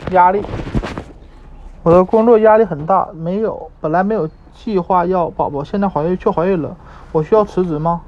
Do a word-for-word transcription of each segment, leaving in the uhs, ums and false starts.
压力。我的工作压力很大，没有本来没有计划要宝宝，现在怀孕却怀孕了，我需要辞职吗？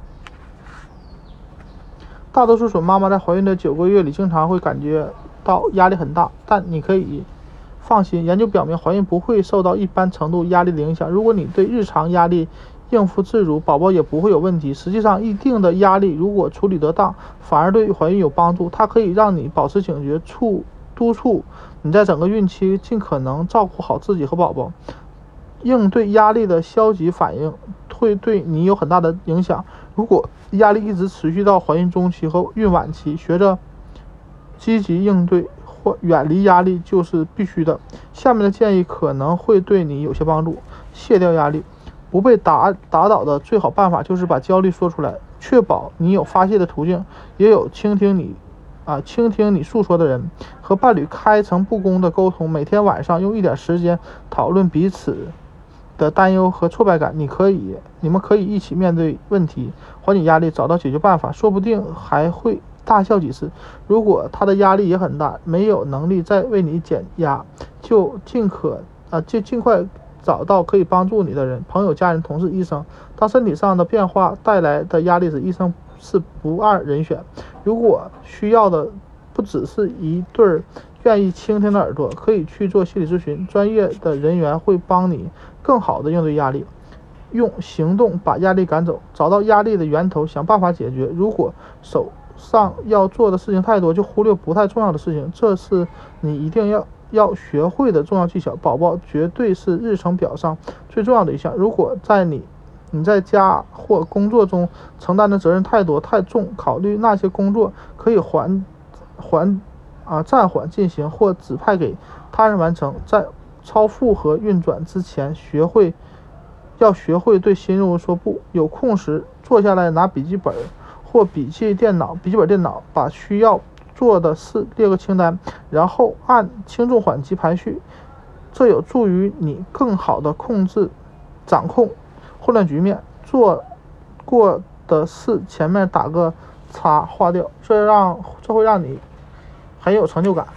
大多数准妈妈在怀孕的九个月里经常会感觉到压力很大，但你可以放心，研究表明怀孕不会受到一般程度压力的影响。如果你对日常压力应付自如，宝宝也不会有问题。实际上，一定的压力如果处理得当，反而对怀孕有帮助。它可以让你保持警觉，促督促你在整个孕期尽可能照顾好自己和宝宝。应对压力的消极反应会对你有很大的影响。如果压力一直持续到怀孕中期和孕晚期，学着积极应对或远离压力就是必须的。下面的建议可能会对你有些帮助。卸掉压力。不被打打倒的最好办法就是把焦虑说出来，确保你有发泄的途径，也有倾听你啊倾听你诉说的人。和伴侣开诚布公的沟通，每天晚上用一点时间讨论彼此的担忧和挫败感，你可以你们可以一起面对问题，缓解压力，找到解决办法，说不定还会大笑几次。如果他的压力也很大，没有能力再为你减压，就尽可啊就尽快找到可以帮助你的人，朋友、家人、同事、医生。当身体上的变化带来的压力时，医生是不二人选。如果需要的不只是一对愿意倾听的耳朵，可以去做心理咨询，专业的人员会帮你更好的应对压力。用行动把压力赶走，找到压力的源头，想办法解决。如果手上要做的事情太多，就忽略不太重要的事情，这是你一定要要学会的重要技巧。宝宝绝对是日程表上最重要的一项。如果在你你在家或工作中承担的责任太多太重，考虑那些工作可以缓缓啊暂缓进行，或指派给他人完成。在超负荷运转之前，学会要学会对新任务说不。有空时坐下来，拿笔记本或笔记电脑笔记本电脑把需要做的事列个清单，然后按轻重缓急排序，这有助于你更好的控制掌控混乱局面。做过的事前面打个叉划掉，这让这会让你很有成就感。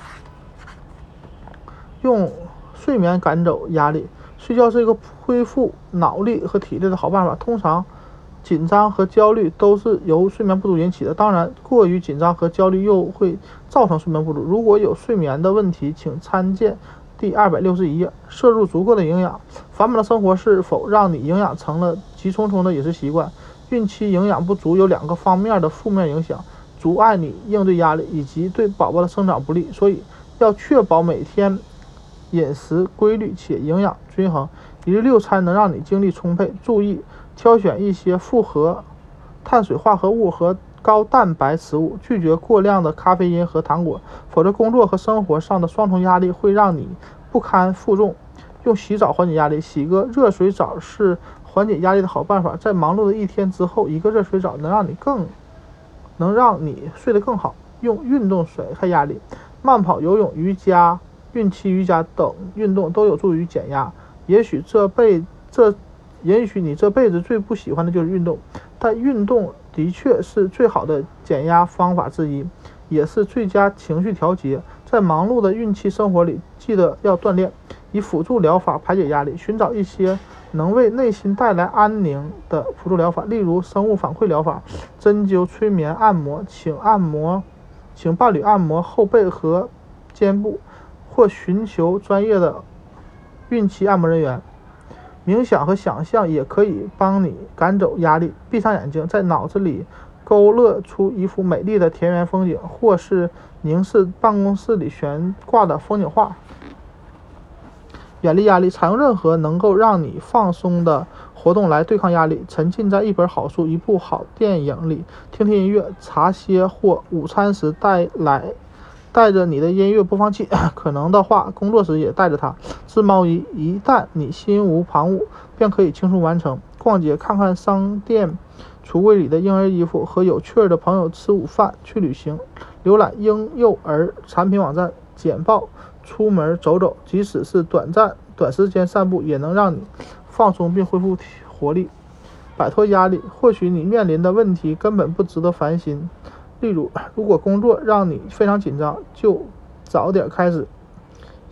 用睡眠赶走压力。睡觉是一个恢复脑力和体力的好办法。通常紧张和焦虑都是由睡眠不足引起的，当然过于紧张和焦虑又会造成睡眠不足。如果有睡眠的问题，请参见第二百六十一页。摄入足够的营养。繁忙的生活是否让你营养成了急匆匆的饮食习惯？孕期营养不足有两个方面的负面影响，阻碍你应对压力，以及对宝宝的生长不利。所以要确保每天饮食规律且营养均衡，一日六餐能让你精力充沛。注意挑选一些复合碳水化合物和高蛋白食物，拒绝过量的咖啡因和糖果，否则工作和生活上的双重压力会让你不堪负重。用洗澡缓解压力。洗个热水澡是缓解压力的好办法。在忙碌的一天之后，一个热水澡能让你更能让你睡得更好。用运动甩开压力。慢跑、游泳、瑜伽、孕期瑜伽等运动都有助于减压。也许这辈这也许你这辈子最不喜欢的就是运动，但运动的确是最好的减压方法之一，也是最佳情绪调节。在忙碌的孕期生活里，记得要锻炼，以辅助疗法排解压力。寻找一些能为内心带来安宁的辅助疗法，例如生物反馈疗法、针灸、催眠、按摩。请按摩请伴侣按摩后背和肩部，或寻求专业的孕期按摩人员。冥想和想象也可以帮你赶走压力。闭上眼睛，在脑子里勾勒出一幅美丽的田园风景，或是凝视办公室里悬挂的风景画。远离压力。采用任何能够让你放松的活动来对抗压力。沉浸在一本好书、一部好电影里，听听音乐，茶歇或午餐时带来带着你的音乐播放器，可能的话工作时也带着它。织毛衣，一旦你心无旁骛，便可以轻松完成。逛街，看看商店橱柜里的婴儿衣服，和有趣的朋友吃午饭。去旅行，浏览婴幼儿产品网站，简报。出门走走，即使是短暂短时间散步，也能让你放松并恢复活力。摆脱压力。或许你面临的问题根本不值得烦心，例如如果工作让你非常紧张，就早点开始，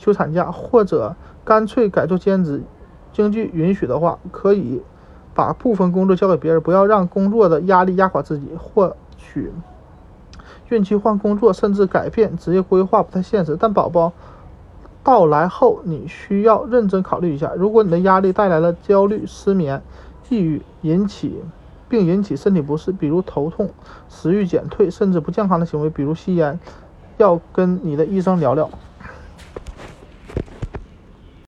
休产假，或者干脆改做兼职。经济允许的话，可以把部分工作交给别人，不要让工作的压力压垮自己。或许孕期换工作，甚至改变职业规划不太现实，但宝宝到来后你需要认真考虑一下。如果你的压力带来了焦虑、失眠、抑郁，引起并引起身体不适，比如头痛、食欲减退，甚至不健康的行为，比如吸烟，要跟你的医生聊聊。